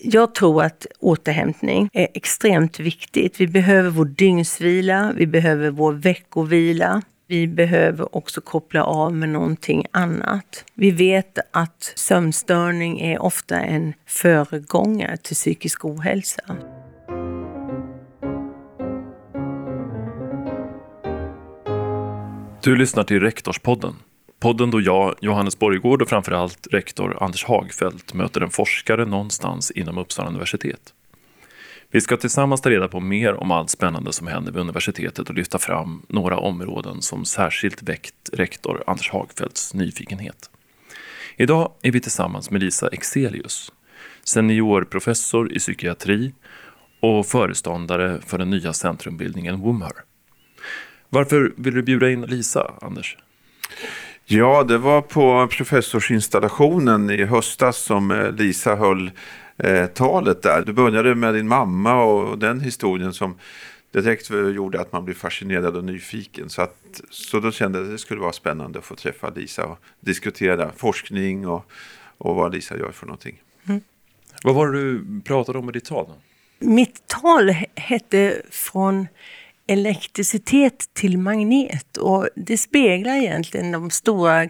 Jag tror att återhämtning är extremt viktigt. Vi behöver vår dygnsvila, vi behöver vår veckovila. Vi behöver också koppla av med någonting annat. Vi vet att sömnstörning är ofta en föregångare till psykisk ohälsa. Du lyssnar till Rektorspodden. Podden då jag, Johannes Borggård och framförallt rektor Anders Hagfeldt möter en forskare någonstans inom Uppsala universitet. Vi ska tillsammans ta reda på mer om allt spännande som händer vid universitetet och lyfta fram några områden som särskilt väckt rektor Anders Hagfeldts nyfikenhet. Idag är vi tillsammans med Lisa Exelius, seniorprofessor i psykiatri och föreståndare för den nya centrumbildningen WOMHR. Varför vill du bjuda in Lisa, Anders? Ja, det var på professorsinstallationen i höstas som Lisa höll talet där. Du började med din mamma och den historien som direkt gjorde att man blev fascinerad och nyfiken. Så då kände jag att det skulle vara spännande att få träffa Lisa och diskutera forskning och vad Lisa gör för någonting. Mm. Vad var det du pratade om i ditt tal då? Mitt tal hette Från elektricitet till magnet, och det speglar egentligen de stora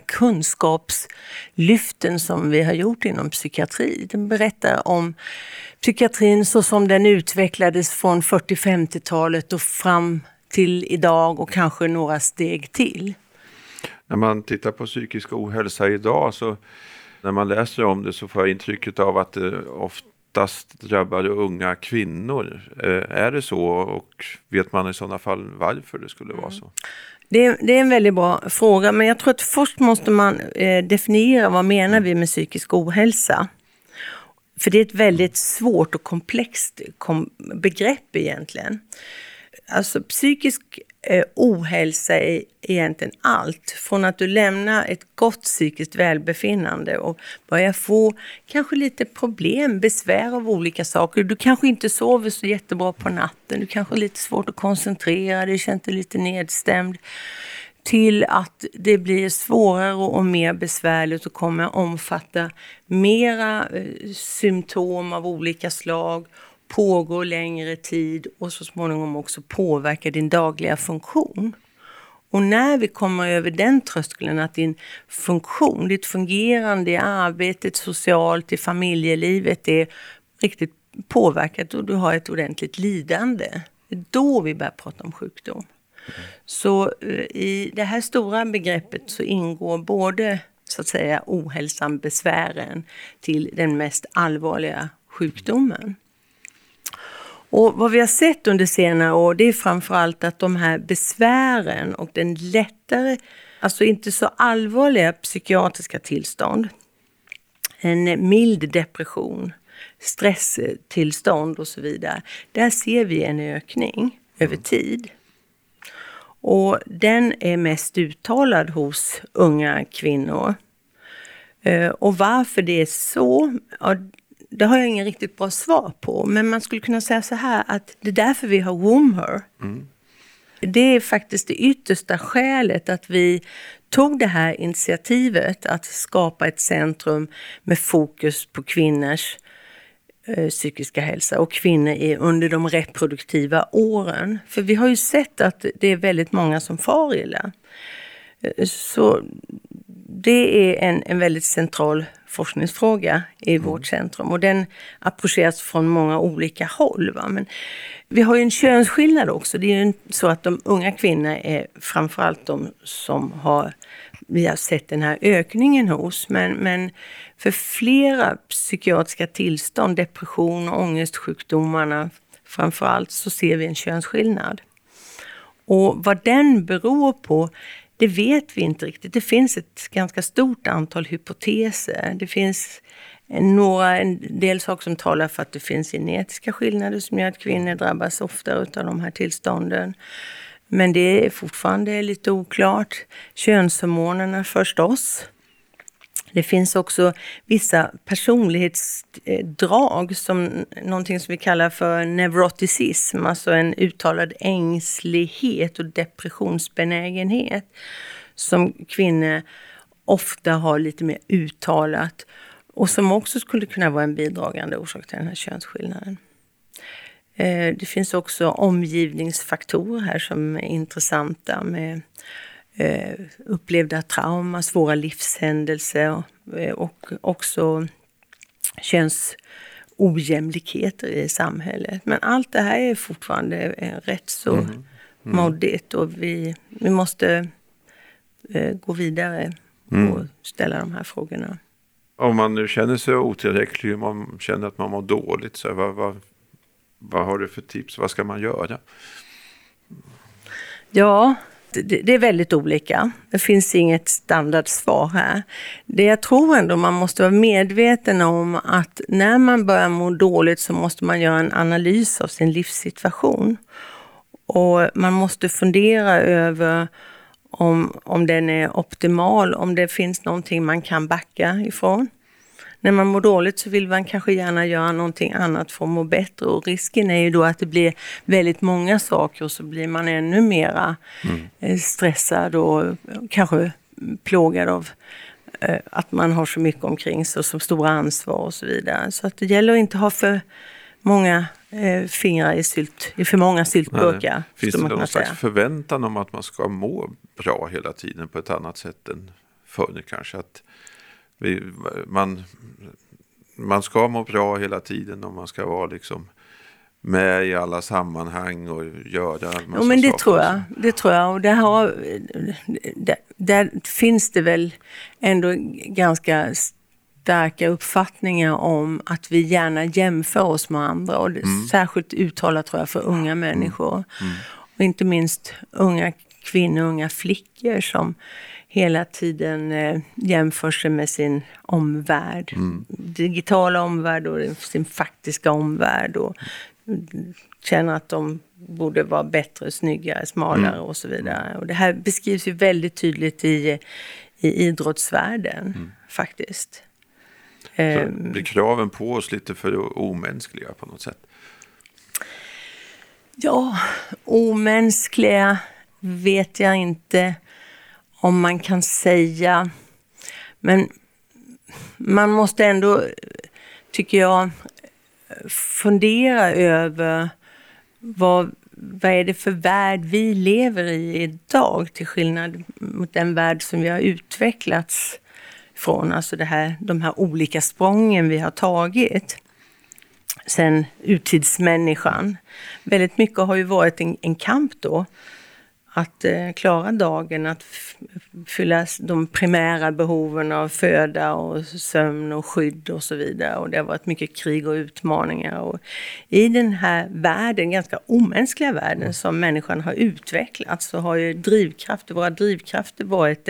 kunskapslyften som vi har gjort inom psykiatri. Den berättar om psykiatrin så som den utvecklades från 40-50-talet och fram till idag och kanske några steg till. När man tittar på psykisk ohälsa idag, så när man läser om det så får jag intrycket av att det oftast drabbar unga kvinnor. Är det så, och vet man i sådana fall varför det skulle vara så? Det är en väldigt bra fråga, men jag tror att först måste man definiera vad menar vi med psykisk ohälsa. För det är ett väldigt svårt och komplext begrepp egentligen. Alltså psykisk ohälsa är egentligen allt. Från att du lämnar ett gott psykiskt välbefinnande och börjar få kanske lite problem, besvär av olika saker. Du kanske inte sover så jättebra på natten. Du kanske har lite svårt att koncentrera dig, känner dig lite nedstämd. Till att det blir svårare och mer besvärligt och kommer omfatta mera symptom av olika slag, pågår längre tid och så småningom också påverkar din dagliga funktion. Och när vi kommer över den tröskeln att din funktion, ditt fungerande i arbetet, socialt, i familjelivet är riktigt påverkat och du har ett ordentligt lidande, det är då vi börjar prata om sjukdom. Så i det här stora begreppet så ingår både så att säga ohälsan, besvären till den mest allvarliga sjukdomen. Och vad vi har sett under senare år, det är framförallt att de här besvären och den lättare, alltså inte så allvarliga psykiatriska tillstånd, en mild depression, stresstillstånd och så vidare, där ser vi en ökning över tid. Och den är mest uttalad hos unga kvinnor. Och varför det är så, ja, det har jag ingen riktigt bra svar på. Men man skulle kunna säga så här att det är därför vi har WOMHR. Mm. Det är faktiskt det yttersta skälet att vi tog det här initiativet att skapa ett centrum med fokus på kvinnors psykiska hälsa och kvinnor är under de reproduktiva åren. För vi har ju sett att det är väldigt många som far illa. Så det är en väldigt central forskningsfråga i vårt centrum och den approcheras från många olika håll. Va? Men vi har ju en könsskillnad också. Det är ju så att de unga kvinnorna är framförallt de som vi har sett den här ökningen hos. Men för flera psykiatriska tillstånd, depression och ångestsjukdomarna framförallt, så ser vi en könsskillnad. Och vad den beror på, det vet vi inte riktigt. Det finns ett ganska stort antal hypoteser. Det finns en del saker som talar för att det finns genetiska skillnader som gör att kvinnor drabbas oftare av de här tillstånden. Men det är fortfarande lite oklart. Könshormonerna förstås. Det finns också vissa personlighetsdrag som någonting som vi kallar för neuroticism, alltså en uttalad ängslighet och depressionsbenägenhet som kvinnor ofta har lite mer uttalat. Och som också skulle kunna vara en bidragande orsak till den här könsskillnaden. Det finns också omgivningsfaktorer här som är intressanta med upplevda trauma, svåra livshändelser och också könsojämlikheter i samhället. Men allt det här är fortfarande rätt så moddigt och vi måste gå vidare och ställa de här frågorna. Om man nu känner sig otillräcklig, om man känner att man mår dåligt, så vad har du för tips? Vad ska man göra? Ja, det är väldigt olika. Det finns inget standardsvar här. Det jag tror ändå man måste vara medveten om att när man börjar må dåligt så måste man göra en analys av sin livssituation. Och man måste fundera över om den är optimal, om det finns någonting man kan backa ifrån. När man mår dåligt så vill man kanske gärna göra någonting annat för att må bättre. Och risken är ju då att det blir väldigt många saker och så blir man ännu mera stressad och kanske plågad av att man har så mycket omkring sig och så stora ansvar och så vidare. Så att det gäller att inte ha för många fingrar i för många syltburkar. Finns det någon slags förväntan om att man ska må bra hela tiden på ett annat sätt än förr kanske? Att man ska må bra hela tiden och man ska vara liksom med i alla sammanhang och göra massa saker. Men det tror jag. Och där finns det väl ändå ganska starka uppfattningar om att vi gärna jämför oss med andra. Och det är särskilt uttalat tror jag för unga människor. Och inte minst unga kvinnor, unga flickor som hela tiden jämför sig med sin omvärld. Digitala omvärld och sin faktiska omvärld. Och känner att de borde vara bättre, snyggare, smalare och så vidare. Och det här beskrivs ju väldigt tydligt i idrottsvärlden faktiskt. Så blir kraven på oss lite för omänskliga på något sätt? Ja, omänskliga vet jag inte om man kan säga. Men man måste ändå, tycker jag, fundera över vad är det för värld vi lever i idag till skillnad mot den värld som vi har utvecklats från. Alltså de här olika sprången vi har tagit sen urtidsmänniskan. Väldigt mycket har ju varit en kamp då. Att klara dagen, att fylla de primära behoven av föda och sömn och skydd och så vidare. Och det har varit mycket krig och utmaningar. Och i den här världen, ganska omänskliga världen som människan har utvecklat, så har ju våra drivkrafter varit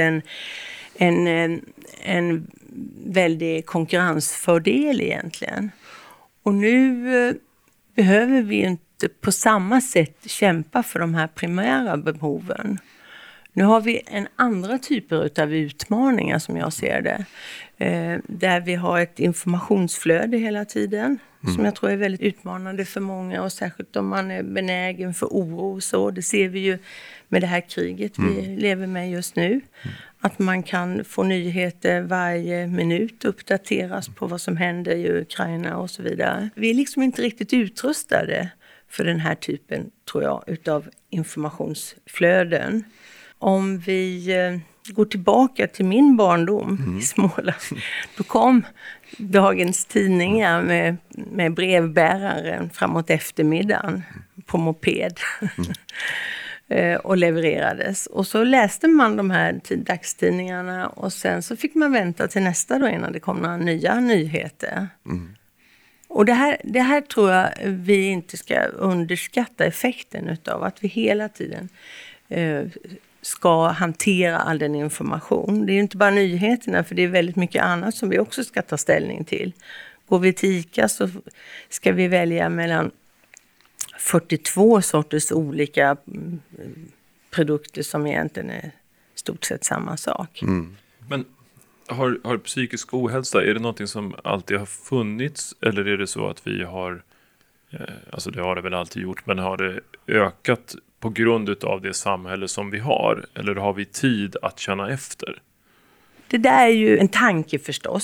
en väldig konkurrensfördel egentligen. Och nu behöver vi inte på samma sätt kämpa för de här primära behoven. Nu har vi andra typer av utmaningar som jag ser det. Där vi har ett informationsflöde hela tiden. Som jag tror är väldigt utmanande för många. Och särskilt om man är benägen för oro och så. Det ser vi ju med det här kriget vi lever med just nu. Att man kan få nyheter varje minut, uppdateras på vad som händer i Ukraina och så vidare. Vi är liksom inte riktigt utrustade för den här typen, tror jag, utav informationsflöden. Om vi går tillbaka till min barndom i Småland, då kom dagens tidningar med brevbäraren framåt eftermiddagen på moped och levererades. Och så läste man de här dagstidningarna och sen så fick man vänta till nästa dag innan det kom några nya nyheter. Och det här tror jag vi inte ska underskatta effekten utav, att vi hela tiden ska hantera all den information. Det är ju inte bara nyheterna, för det är väldigt mycket annat som vi också ska ta ställning till. Går vi till ICA så ska vi välja mellan 42 sorters olika produkter som egentligen är stort sett samma sak. Men har psykisk ohälsa, är det någonting som alltid har funnits, eller är det så att vi har, alltså det har det väl alltid gjort, men har det ökat på grund av det samhälle som vi har, eller har vi tid att känna efter? Det där är ju en tanke förstås,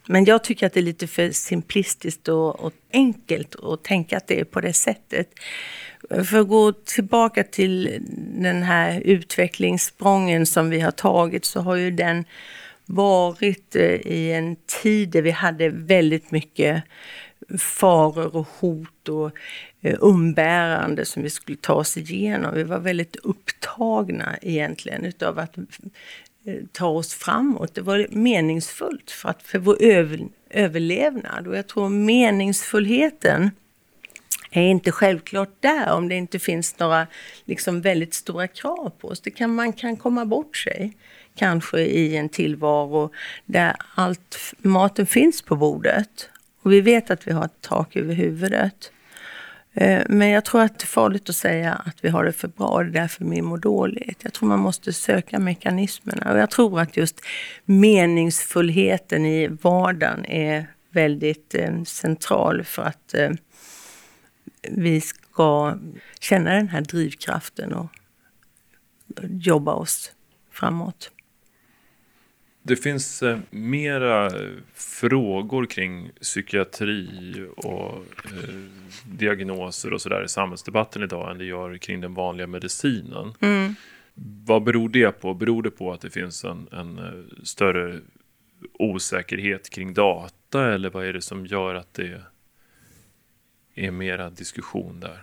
Men jag tycker att det är lite för simplistiskt och enkelt att tänka att det är på det sättet. För att gå tillbaka till den här utvecklingssprången som vi har tagit, så har ju den varit i en tid där vi hade väldigt mycket faror och hot och umbärande som vi skulle ta oss igenom. Vi var väldigt upptagna egentligen utav att ta oss framåt. Det var meningsfullt för vår överlevnad. Och jag tror meningsfullheten är inte självklart där om det inte finns några liksom väldigt stora krav på oss. Man kan komma bort sig kanske i en tillvaro där maten finns på bordet. Och vi vet att vi har ett tak över huvudet. Men jag tror att det är farligt att säga att vi har det för bra och det är därför vi mår dåligt. Jag tror man måste söka mekanismerna. Och jag tror att just meningsfullheten i vardagen är väldigt central för att vi ska känna den här drivkraften och jobba oss framåt. Det finns mera frågor kring psykiatri och diagnoser och sådär i samhällsdebatten idag än det gör kring den vanliga medicinen. Mm. Vad beror det på? Beror det på att det finns en större osäkerhet kring data, eller vad är det som gör att det är mera diskussion där?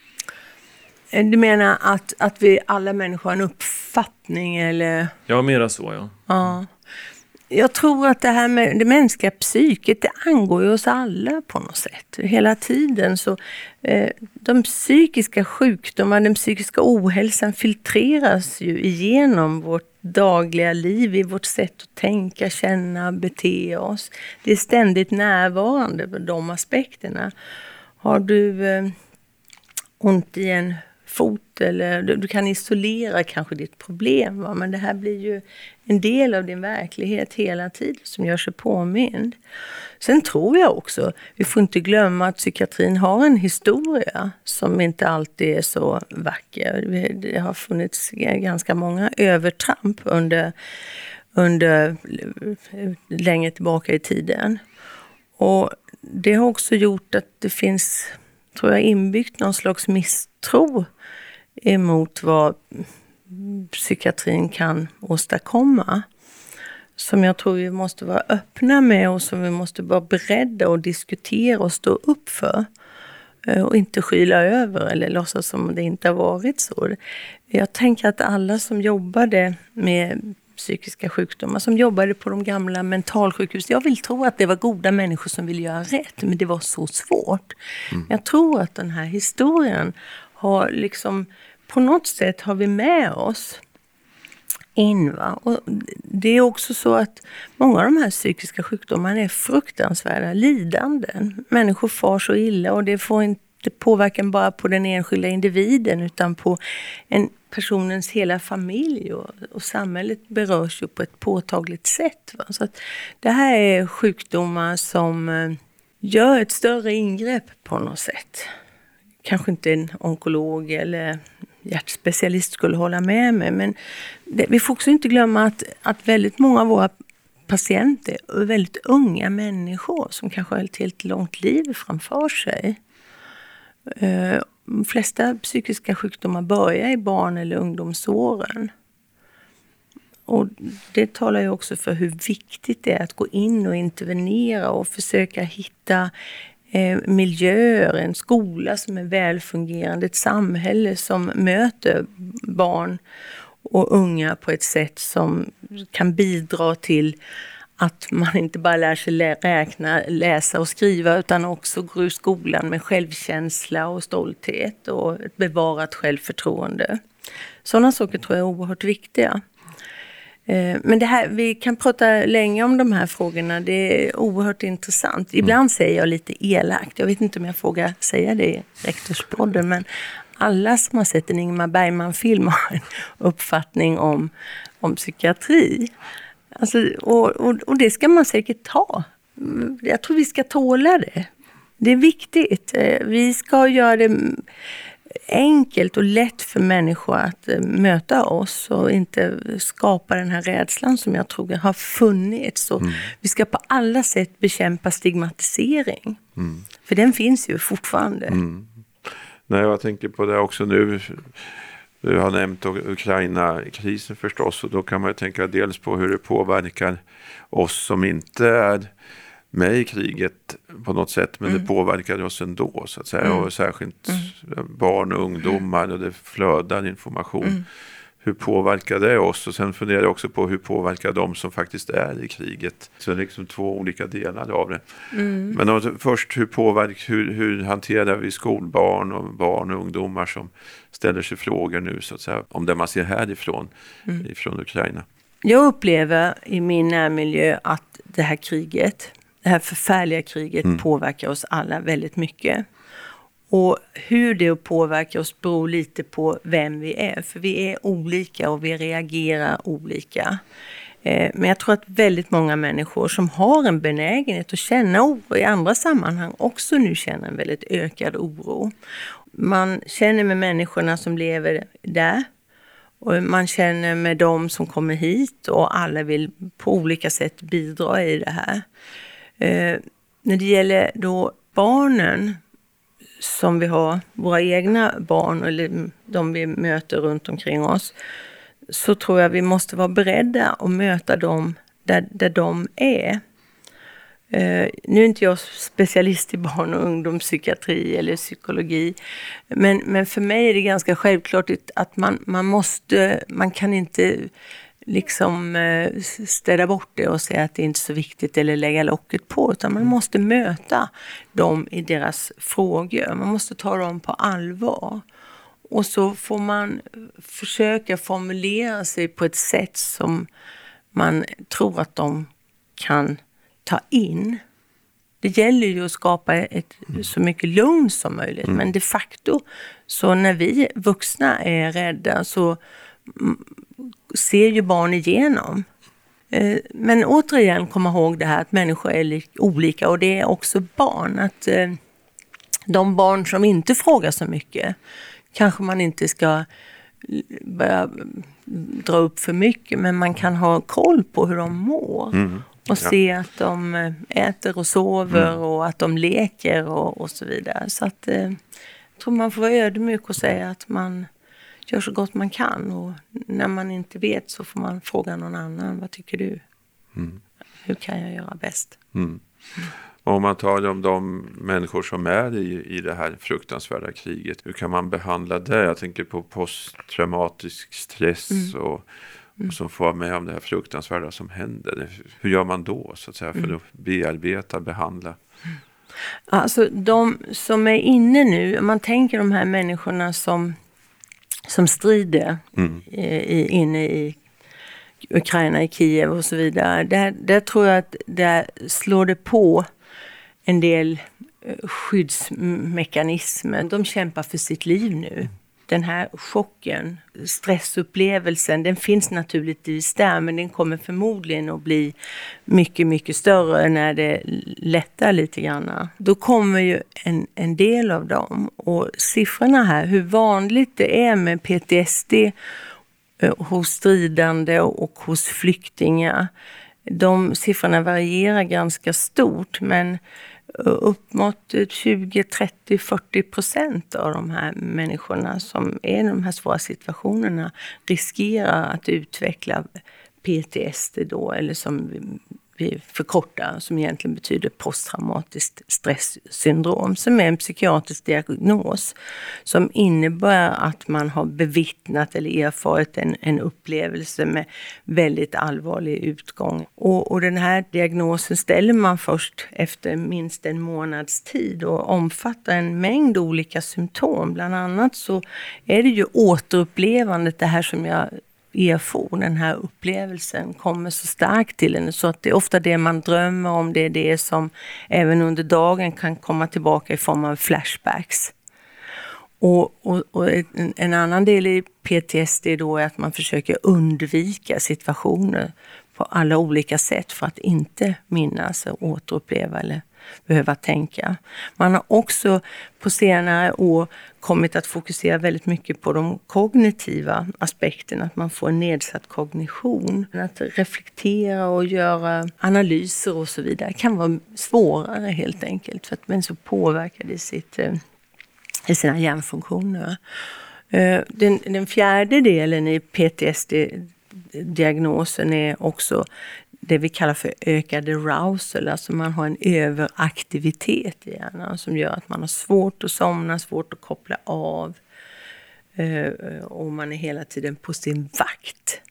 Du menar att vi alla människor har en uppfattning eller? Ja, mera så, ja. Ja. Jag tror att det här med det mänskliga psyket, det angår ju oss alla på något sätt. Hela tiden så de psykiska sjukdomarna, den psykiska ohälsan filtreras ju igenom vårt dagliga liv, i vårt sätt att tänka, känna, bete oss. Det är ständigt närvarande på de aspekterna. Har du ont i en fot eller du kan isolera kanske ditt problem, va? Men det här blir ju en del av din verklighet hela tiden som gör sig påmind. Sen tror jag också, vi får inte glömma att psykiatrin har en historia som inte alltid är så vacker. Det har funnits ganska många övertramp under längre tillbaka i tiden. Och det har också gjort att det finns, tror jag, inbyggt någon slags misstro emot vad psykiatrin kan åstadkomma. Som jag tror vi måste vara öppna med och som vi måste vara beredda att diskutera och stå upp för. Och inte skyla över eller låtsas som det inte har varit så. Jag tänker att alla som jobbade med psykiska sjukdomar, som jobbade på de gamla mentalsjukhus. Jag vill tro att det var goda människor som ville göra rätt, men det var så svårt. Jag tror att den här historien har liksom, på något sätt har vi med oss in, va? Och det är också så att många av de här psykiska sjukdomarna är fruktansvärda lidanden. Människor far så illa och det får inte påverkan bara på den enskilda individen utan på en personens hela familj och samhället berörs ju på ett påtagligt sätt. Va? Så att det här är sjukdomar som gör ett större ingrepp på något sätt. Kanske inte en onkolog eller hjärtspecialist skulle hålla med mig, men vi får också inte glömma att väldigt många av våra patienter är väldigt unga människor som kanske har ett helt långt liv framför sig. De flesta psykiska sjukdomar börjar i barn- eller ungdomsåren. Och det talar ju också för hur viktigt det är att gå in och intervenera och försöka hitta miljöer, en skola som är välfungerande, ett samhälle som möter barn och unga på ett sätt som kan bidra till att man inte bara lär sig räkna, läsa och skriva utan också går ur skolan med självkänsla och stolthet och ett bevarat självförtroende. Sådana saker tror jag är oerhört viktiga. Men det här, vi kan prata länge om de här frågorna, det är oerhört intressant. Ibland säger jag lite elakt, jag vet inte om jag får säga det i Rektorspodden, men alla som har sett en Ingmar Bergman-film har en uppfattning om psykiatri. Alltså, och det ska man säkert ta. Jag tror vi ska tåla det. Det är viktigt. Vi ska göra det enkelt och lätt för människor att möta oss och inte skapa den här rädslan som jag tror har funnits. Och vi ska på alla sätt bekämpa stigmatisering. För den finns ju fortfarande. Nej, jag tänker på det också nu. Du har nämnt Ukraina-krisen förstås, och då kan man ju tänka dels på hur det påverkar oss som inte är med i kriget på något sätt, men det påverkar oss ändå så att säga, och särskilt barn och ungdomar, och det flödar information. Hur påverkar det oss? Och sen funderar jag också på hur påverkar de som faktiskt är i kriget. Så det är liksom två olika delar av det. Men då, först hur hanterar vi skolbarn och barn och ungdomar som ställer sig frågor nu så att säga, om det man ser härifrån ifrån Ukraina? Jag upplever i min närmiljö att det här kriget, det här förfärliga kriget påverkar oss alla väldigt mycket. Och hur det påverkar oss beror lite på vem vi är. För vi är olika och vi reagerar olika. Men jag tror att väldigt många människor som har en benägenhet att känna oro i andra sammanhang också nu känner en väldigt ökad oro. Man känner med människorna som lever där. Och man känner med dem som kommer hit, och alla vill på olika sätt bidra i det här. När det gäller då barnen som vi har, våra egna barn eller de vi möter runt omkring oss, så tror jag vi måste vara beredda att möta dem där de är. Nu är inte jag specialist i barn- och ungdomspsykiatri eller psykologi, men för mig är det ganska självklart att man kan inte liksom städa bort det och säga att det inte är så viktigt eller lägga locket på, utan man måste möta dem i deras frågor. Man måste ta dem på allvar. Och så får man försöka formulera sig på ett sätt som man tror att de kan ta in. Det gäller ju att skapa så mycket lugn som möjligt. Men de facto, så när vi vuxna är rädda så ser ju barn igenom. Men återigen, komma ihåg det här att människor är olika, och det är också barn. Att de barn som inte frågar så mycket kanske man inte ska börja dra upp för mycket, men man kan ha koll på hur de mår. Och se att de äter och sover och att de leker och så vidare. Så att jag tror man får vara ödmjuk och säga att man gör så gott man kan. Och när man inte vet så får man fråga någon annan. Vad tycker du? Hur kan jag göra bäst? Om man tar om de människor som är i det här fruktansvärda kriget, hur kan man behandla det? Jag tänker på posttraumatisk stress och som får vara med om det här fruktansvärda som händer. Hur gör man då så att säga för att bearbeta, behandla? Alltså de som är inne nu, man tänker de här människorna som strider inne i Ukraina, i Kiev och så vidare. Där tror jag att där slår det på en del skyddsmekanismer. De kämpar för sitt liv nu. Den här chocken, stressupplevelsen, den finns naturligtvis där, men den kommer förmodligen att bli mycket, mycket större när det lättar lite grann. Då kommer ju en del av dem, och siffrorna här, hur vanligt det är med PTSD hos stridande och hos flyktingar, de siffrorna varierar ganska stort, men upp mot 20, 30, 40% av de här människorna som är i de här svåra situationerna riskerar att utveckla PTSD då, eller som vi förkortar, som egentligen betyder posttraumatiskt stresssyndrom, som är en psykiatrisk diagnos som innebär att man har bevittnat eller erfarit en upplevelse med väldigt allvarlig utgång. Och den här diagnosen ställer man först efter minst en månads tid och omfattar en mängd olika symptom. Bland annat så är det ju återupplevandet, det här som jag erfor, den här upplevelsen kommer så starkt till en, så att det är ofta det man drömmer om, det är det som även under dagen kan komma tillbaka i form av flashbacks. Och en annan del i PTSD då är att man försöker undvika situationer på alla olika sätt för att inte minnas och återuppleva eller behöva tänka. Man har också på senare år kommit att fokusera väldigt mycket på de kognitiva aspekterna, att man får en nedsatt kognition. Att reflektera och göra analyser och så vidare kan vara svårare helt enkelt för att människor påverkar i sina hjärnfunktioner. Den fjärde delen i PTSD-diagnosen är också det vi kallar för ökad arousal, alltså man har en överaktivitet i hjärnan som gör att man har svårt att somna, svårt att koppla av och man är hela tiden på sin vakt.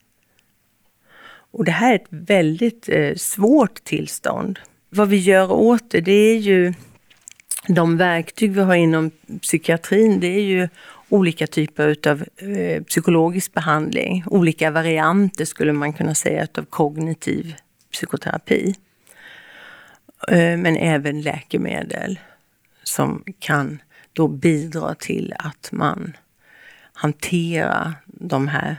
Och det här är ett väldigt svårt tillstånd. Vad vi gör åt det är ju de verktyg vi har inom psykiatrin, det är ju olika typer av psykologisk behandling. Olika varianter skulle man kunna säga av kognitiv psykoterapi. Men även läkemedel som kan då bidra till att man hanterar de här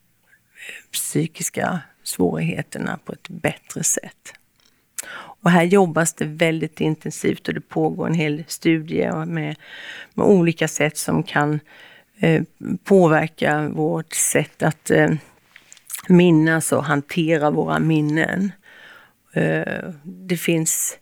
psykiska svårigheterna på ett bättre sätt. Och här jobbas det väldigt intensivt och det pågår en hel studie med olika sätt som kan påverka vårt sätt att minnas och hantera våra minnen. Det finns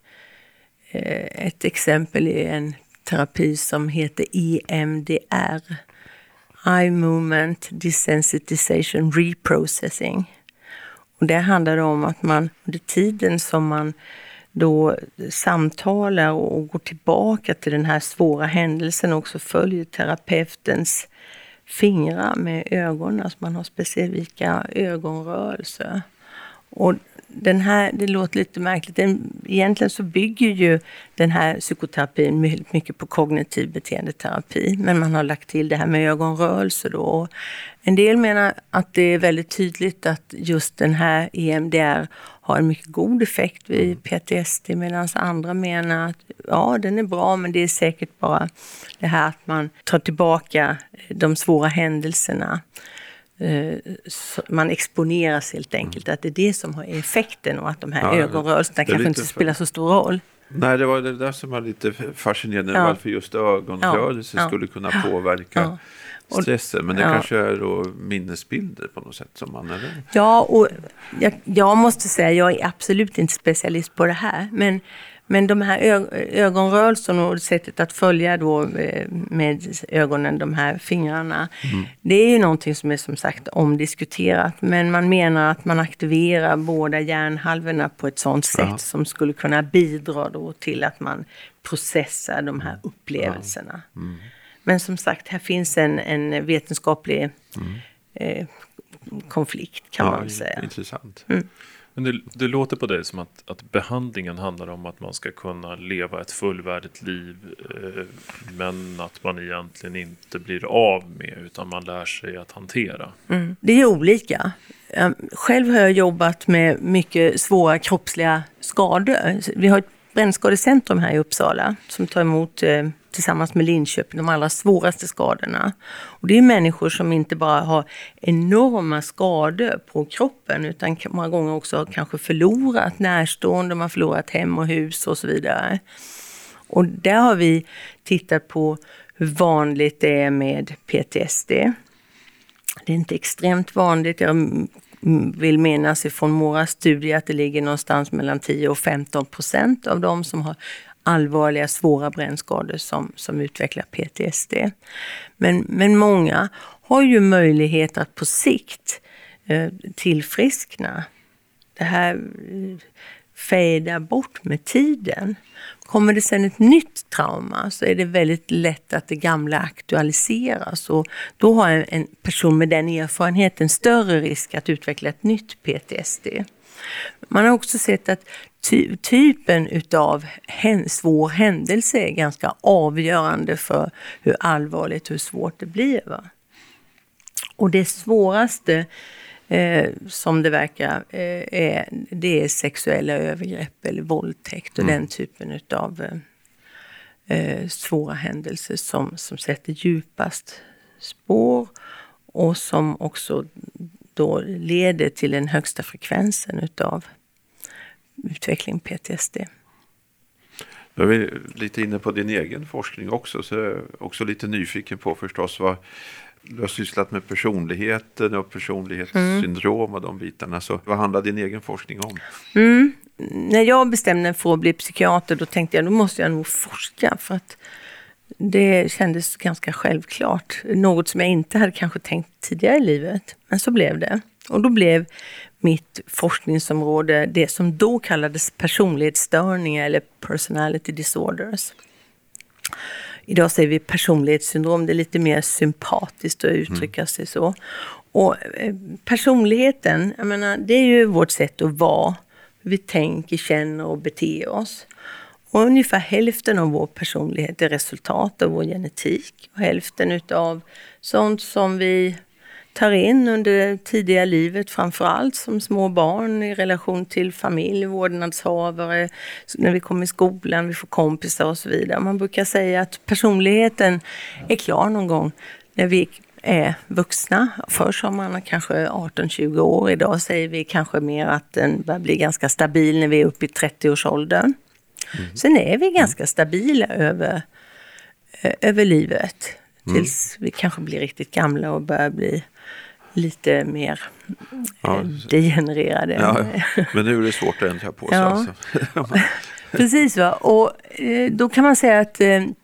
ett exempel i en terapi som heter EMDR, Eye Movement Desensitization Reprocessing. Och det handlar om att man under tiden som man då samtalar och går tillbaka till den här svåra händelsen också följer terapeutens fingrar med ögonen. Alltså man har specifika ögonrörelser. Och den här, det låter lite märkligt, egentligen så bygger ju den här psykoterapin mycket på kognitiv beteendeterapi. Men man har lagt till det här med ögonrörelser då. Och en del menar att det är väldigt tydligt att just den här EMDR har en mycket god effekt vid PTSD. Medan andra menar att ja, den är bra men det är säkert bara det här att man tar tillbaka de svåra händelserna. Man exponeras helt enkelt, att det är det som har effekten och att de här ögonrörelserna kanske inte spelar så stor roll. Nej, det var det där som var lite fascinerande, varför just ögonrörelser skulle kunna påverka stressen, men det kanske är då minnesbilder på något sätt som man är. Ja, och jag måste säga, jag är absolut inte specialist på det här, men de här ögonrörelserna och sättet att följa då med ögonen, de här fingrarna, det är ju någonting som är som sagt omdiskuterat. Men man menar att man aktiverar båda hjärnhalvorna på ett sådant sätt som skulle kunna bidra då till att man processar de här upplevelserna. Men som sagt, här finns en vetenskaplig konflikt kan man säga. Intressant. Men det låter på dig som att behandlingen handlar om att man ska kunna leva ett fullvärdigt liv men att man egentligen inte blir av med utan man lär sig att hantera. Det är olika. Själv har jag jobbat med mycket svåra kroppsliga skador. Vi har ett brännskadecentrum här i Uppsala som tar emot tillsammans med Linköping de allra svåraste skadorna. Och det är människor som inte bara har enorma skador på kroppen utan många gånger också kanske förlorat närstående, man har förlorat hem och hus och så vidare. Och där har vi tittat på hur vanligt det är med PTSD. Det är inte extremt vanligt. Jag vill menas ifrån våra studier att det ligger någonstans mellan 10 och 15% av de som har allvarliga, svåra brännskador som utvecklar PTSD. Men många har ju möjlighet att på sikt tillfriskna. Det här fejdar bort med tiden. Kommer det sen ett nytt trauma så är det väldigt lätt att det gamla aktualiseras. Och då har en person med den erfarenheten större risk att utveckla ett nytt PTSD. Man har också sett att typen utav svår händelse är ganska avgörande för hur allvarligt, hur svårt det blir. Va? Och det svåraste som det verkar det är sexuella övergrepp eller våldtäkt och den typen utav svåra händelser som sätter djupast spår och som också då leder till den högsta frekvensen utav utveckling PTSD. Jag är lite inne på din egen forskning också, så jag är också lite nyfiken på förstås vad du har sysslat med personligheten och personlighetssyndrom och de bitarna. Så vad handlar din egen forskning om? När jag bestämde mig för att bli psykiater, då tänkte jag, då måste jag nog forska, för att det kändes ganska självklart. Något som jag inte hade kanske tänkt tidigare i livet, men så blev det. Och då blev mitt forskningsområde det som då kallades personlighetsstörningar eller personality disorders. Idag säger vi personlighetssyndrom, det är lite mer sympatiskt att uttrycka sig så. Och personligheten, jag menar, det är ju vårt sätt att vara, hur vi tänker, känner och beter oss. Och ungefär hälften av vår personlighet är resultat av vår genetik. Och hälften utav sånt som vi tar in under tidiga livet, framförallt som små barn i relation till familj, vårdnadshavare, när vi kommer i skolan, vi får kompisar och så vidare. Man brukar säga att personligheten är klar någon gång när vi är vuxna. Förr sa man kanske 18-20 år, idag säger vi kanske mer att den börjar bli ganska stabil när vi är uppe i 30-årsåldern. Sen är vi ganska stabila över livet tills vi kanske blir riktigt gamla och börjar bli lite mer degenererade. Ja, men nu är det svårt att ändra på sig. Ja. Alltså. Precis, va? Och då kan man säga att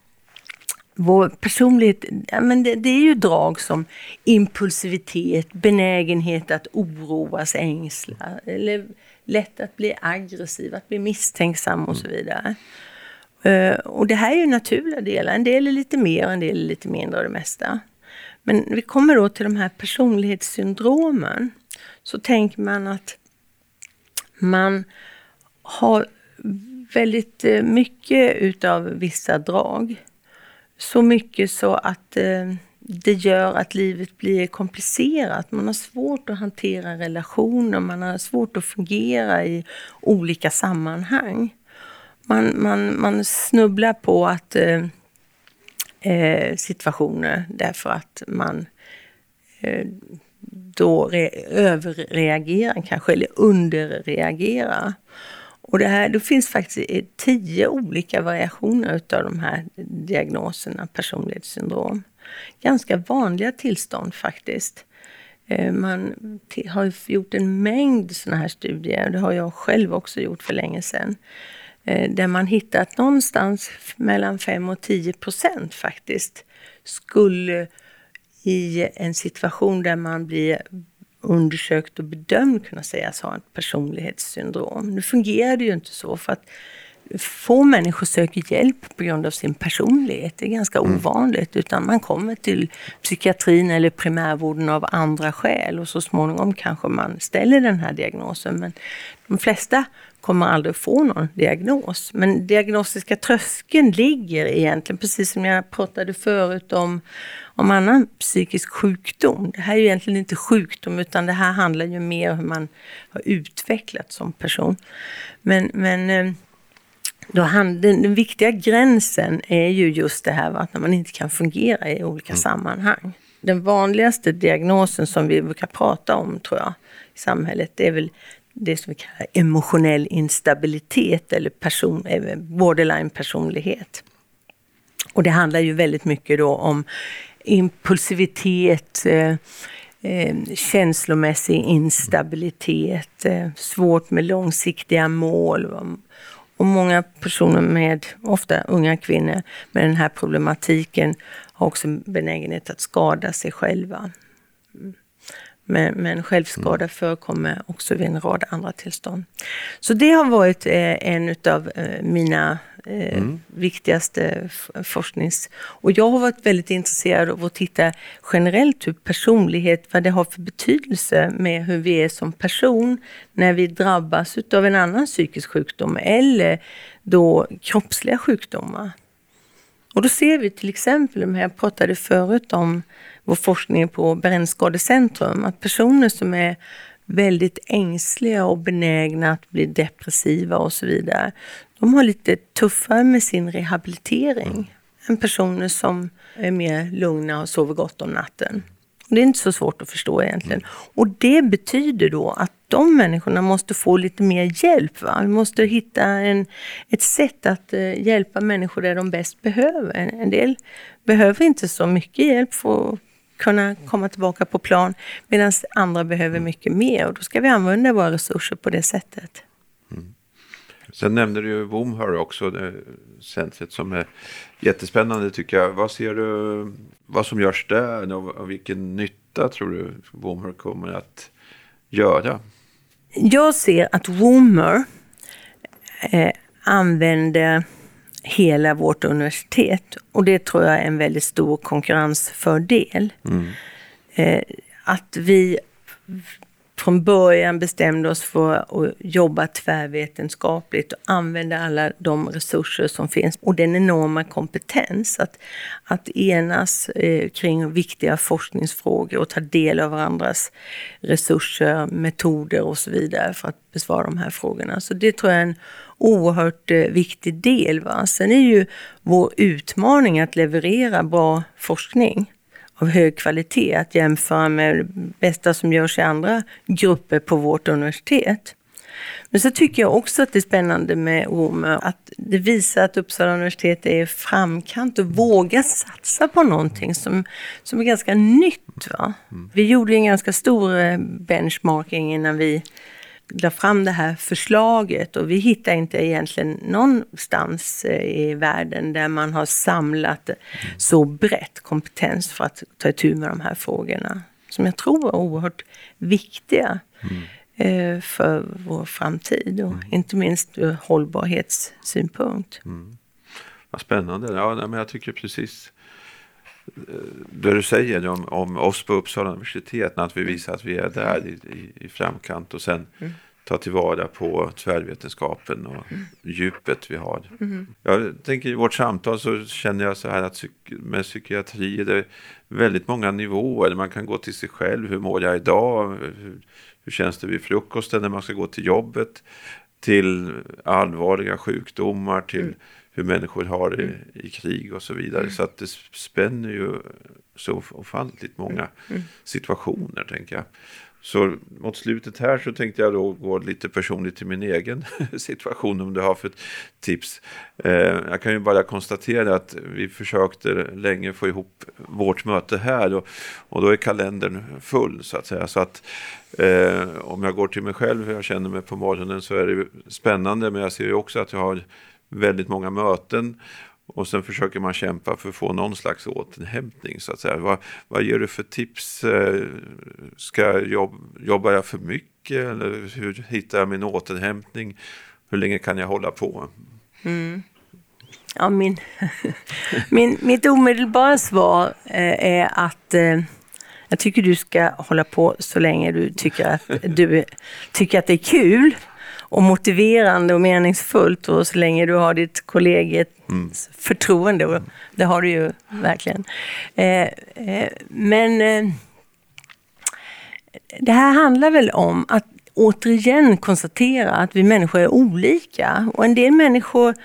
vår personlighet, men det är ju drag som impulsivitet, benägenhet att oroa sig, ängsla, eller lätt att bli aggressiv, att bli misstänksam och så vidare. Och det här är ju naturliga delar. En del är lite mer, en del är lite mindre av det mesta. Men vi kommer då till de här personlighetssyndromen, så tänker man att man har väldigt mycket utav vissa drag. Så mycket så att det gör att livet blir komplicerat. Man har svårt att hantera relationer, man har svårt att fungera i olika sammanhang. Man snubblar på att situationer därför att man då överreagerar kanske, eller underreagerar. Och det finns faktiskt 10 olika variationer utav de här diagnoserna, personlighetssyndrom. Ganska vanliga tillstånd faktiskt. Man har gjort en mängd sådana här studier, det har jag själv också gjort för länge sedan. Där man hittat någonstans mellan 5-10% faktiskt skulle i en situation där man blir undersökt och bedömd kunna sägas ha ett personlighetssyndrom. Nu fungerar det ju inte så, för att få människor söker hjälp på grund av sin personlighet. Det är ganska ovanligt, utan man kommer till psykiatrin eller primärvården av andra skäl och så småningom kanske man ställer den här diagnosen. Men de flesta kommer aldrig få någon diagnos. Men diagnostiska tröskeln ligger egentligen, precis som jag pratade förut om annan psykisk sjukdom. Det här är ju egentligen inte sjukdom, utan det här handlar ju mer om hur man har utvecklats som person. Men den viktiga gränsen är ju just det här att när man inte kan fungera i olika sammanhang. Den vanligaste diagnosen som vi brukar prata om, tror jag, i samhället, det är väl det som vi kallar emotionell instabilitet eller borderline-personlighet. Och det handlar ju väldigt mycket då om impulsivitet, känslomässig instabilitet, svårt med långsiktiga mål. Och många personer ofta unga kvinnor med den här problematiken har också benägenhet att skada sig själva. Men självskada förekommer också vid en rad andra tillstånd. Så det har varit en av mina viktigaste forsknings... Och jag har varit väldigt intresserad av att titta generellt hur personlighet, vad det har för betydelse med hur vi är som person när vi drabbas av en annan psykisk sjukdom eller då kroppsliga sjukdomar. Och då ser vi till exempel, jag pratade förut om vår forskning på Brännskadecentrum, att personer som är väldigt ängsliga och benägna att bli depressiva och så vidare, de har lite tuffare med sin rehabilitering än personer som är mer lugna och sover gott om natten. Det är inte så svårt att förstå egentligen. Och det betyder då att de människorna måste få lite mer hjälp. Va? Vi måste hitta ett sätt att hjälpa människor där de bäst behöver. En del behöver inte så mycket hjälp för att kunna komma tillbaka på plan, medan andra behöver mycket mer. Och då ska vi använda våra resurser på det sättet. Sen nämnde du ju WOMHR också, det centret som är jättespännande tycker jag. Vad ser du, vad som görs där och vilken nytta tror du WOMHR kommer att göra? Jag ser att WOMHR använder hela vårt universitet, och det tror jag är en väldigt stor konkurrensfördel. Att vi från början bestämde oss för att jobba tvärvetenskapligt och använda alla de resurser som finns och den enorma kompetens att enas kring viktiga forskningsfrågor och ta del av varandras resurser, metoder och så vidare för att besvara de här frågorna. Så det tror jag är en oerhört viktig del. Va? Sen är ju vår utmaning att leverera bra forskning av hög kvalitet, att jämföra med det bästa som görs i andra grupper på vårt universitet. Men så tycker jag också att det är spännande med WOMHR att det visar att Uppsala universitet är framkant och vågar satsa på någonting som är ganska nytt. Va? Vi gjorde en ganska stor benchmarking innan vi la fram det här förslaget, och vi hittar inte egentligen någonstans i världen där man har samlat så brett kompetens för att ta itu med de här frågorna som jag tror är oerhört viktiga för vår framtid och inte minst ur hållbarhetssynpunkt. Vad spännande. Ja, men jag tycker precis det du säger om oss på Uppsala universitet, att vi visar att vi är där i framkant och sen ta tillvara på tvärvetenskapen och djupet vi har. Jag tänker i vårt samtal så känner jag så här att med psykiatri är det väldigt många nivåer. Man kan gå till sig själv, hur mår jag idag? Hur känns det vid frukosten när man ska gå till jobbet? Till allvarliga sjukdomar, till hur människor har i krig och så vidare. Så att det spänner ju så ofantligt många situationer, tänker jag. Så mot slutet här så tänkte jag då gå lite personligt till min egen situation, om du har för tips. Jag kan ju bara konstatera att vi försökte länge få ihop vårt möte här och då är kalendern full så att säga. Så att om jag går till mig själv hur jag känner mig på morgonen så är det spännande, men jag ser ju också att jag har väldigt många möten och sen försöker man kämpa för att få någon slags återhämtning så att säga. Vad ger du för tips? Jobbar jag för mycket eller hur hittar jag min återhämtning? Hur länge kan jag hålla på? Ja, mitt omedelbara svar är att jag tycker du ska hålla på så länge du tycker att det är kul och motiverande och meningsfullt, och så länge du har ditt kollegiets förtroende, och det har du ju verkligen. Men det här handlar väl om att återigen konstatera att vi människor är olika, och en del människor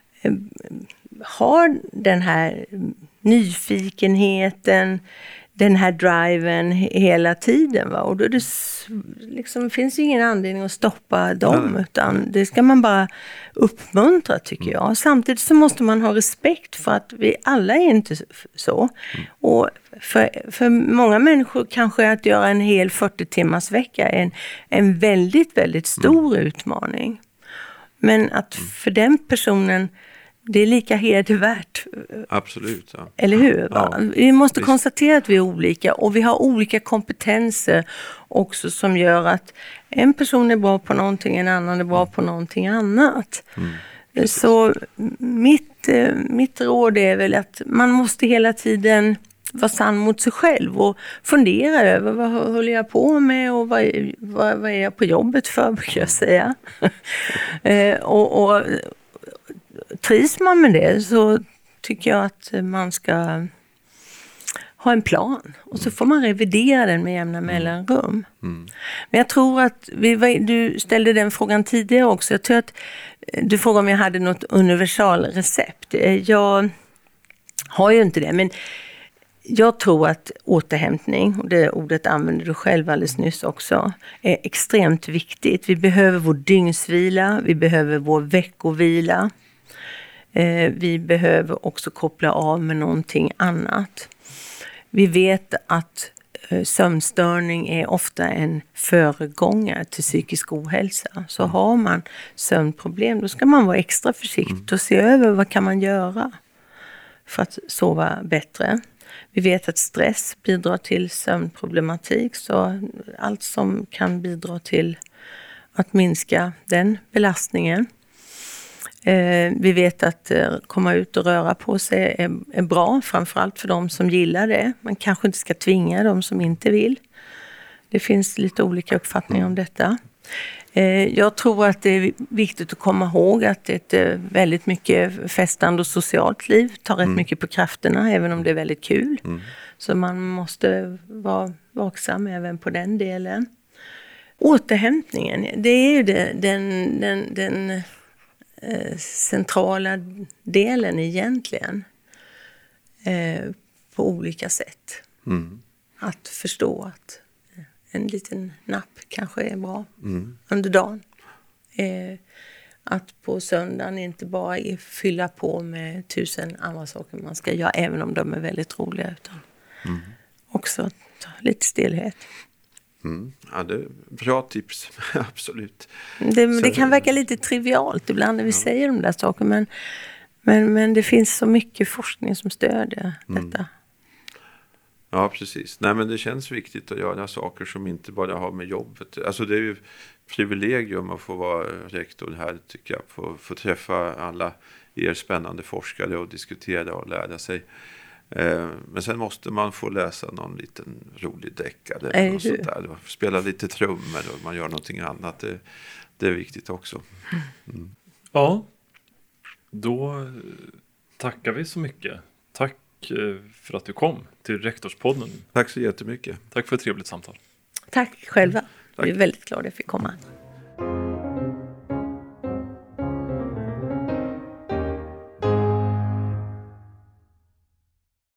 har den här nyfikenheten, den här driven hela tiden. Va? Och då finns ju ingen anledning att stoppa dem, utan det ska man bara uppmuntra, tycker jag. Samtidigt så måste man ha respekt för att vi alla är inte så. Och för många människor kanske att göra en hel 40-timmars vecka är en väldigt, väldigt stor utmaning. Men att för den personen det är lika hedervärt. Absolut. Ja. Eller hur? Ja, vi måste konstatera att vi är olika, och vi har olika kompetenser också som gör att en person är bra på någonting, en annan är bra på någonting annat. Så mitt råd är väl att man måste hela tiden vara sann mot sig själv och fundera över vad håller jag på med och vad är jag på jobbet för, brukar jag säga. och trivs man med det så tycker jag att man ska ha en plan. Och så får man revidera den med jämna mellanrum. Men jag tror att du ställde den frågan tidigare också. Jag tror att du frågade om jag hade något universalrecept. Jag har ju inte det. Men Jag tror att återhämtning, och det ordet använder du själv alldeles nyss också, är extremt viktigt. Vi behöver vår dygnsvila, vi behöver vår veckovila. Vi behöver också koppla av med någonting annat. Vi vet att sömnstörning är ofta en föregångare till psykisk ohälsa. Så har man sömnproblem, då ska man vara extra försiktig och se över vad kan man göra för att sova bättre. Vi vet att stress bidrar till sömnproblematik, så allt som kan bidra till att minska den belastningen. Vi vet att komma ut och röra på sig är bra, framförallt för de som gillar det. Man kanske inte ska tvinga de som inte vill. Det finns lite olika uppfattningar om detta. Jag tror att det är viktigt att komma ihåg att ett väldigt mycket festande och socialt liv tar rätt mycket på krafterna, även om det är väldigt kul. Så man måste vara vaksam även på den delen. Återhämtningen, det är ju den centrala delen egentligen på olika sätt. Att förstå att en liten napp kanske är bra under dagen. Att på söndagen inte bara fylla på med 1000 andra saker man ska göra, även om de är väldigt roliga, utan också lite stillhet. Ja, det är bra tips, absolut. Det kan verka lite trivialt ibland när vi säger de där sakerna, men det finns så mycket forskning som stödjer detta. Ja, precis. Nej, men det känns viktigt att göra saker som inte bara har med jobbet. Alltså det är ju privilegium att få vara rektor här, tycker jag. Få träffa alla er spännande forskare och diskutera och lära sig. Men sen måste man få läsa någon liten rolig deckare eller något sånt där. Spela lite trummor och man gör någonting annat. Det är viktigt också. Ja, då tackar vi så mycket. Tack för att du kom till Rektorspodden. Tack så jättemycket. Tack för ett trevligt samtal. Tack själva. Jag är väldigt glad att jag fick komma.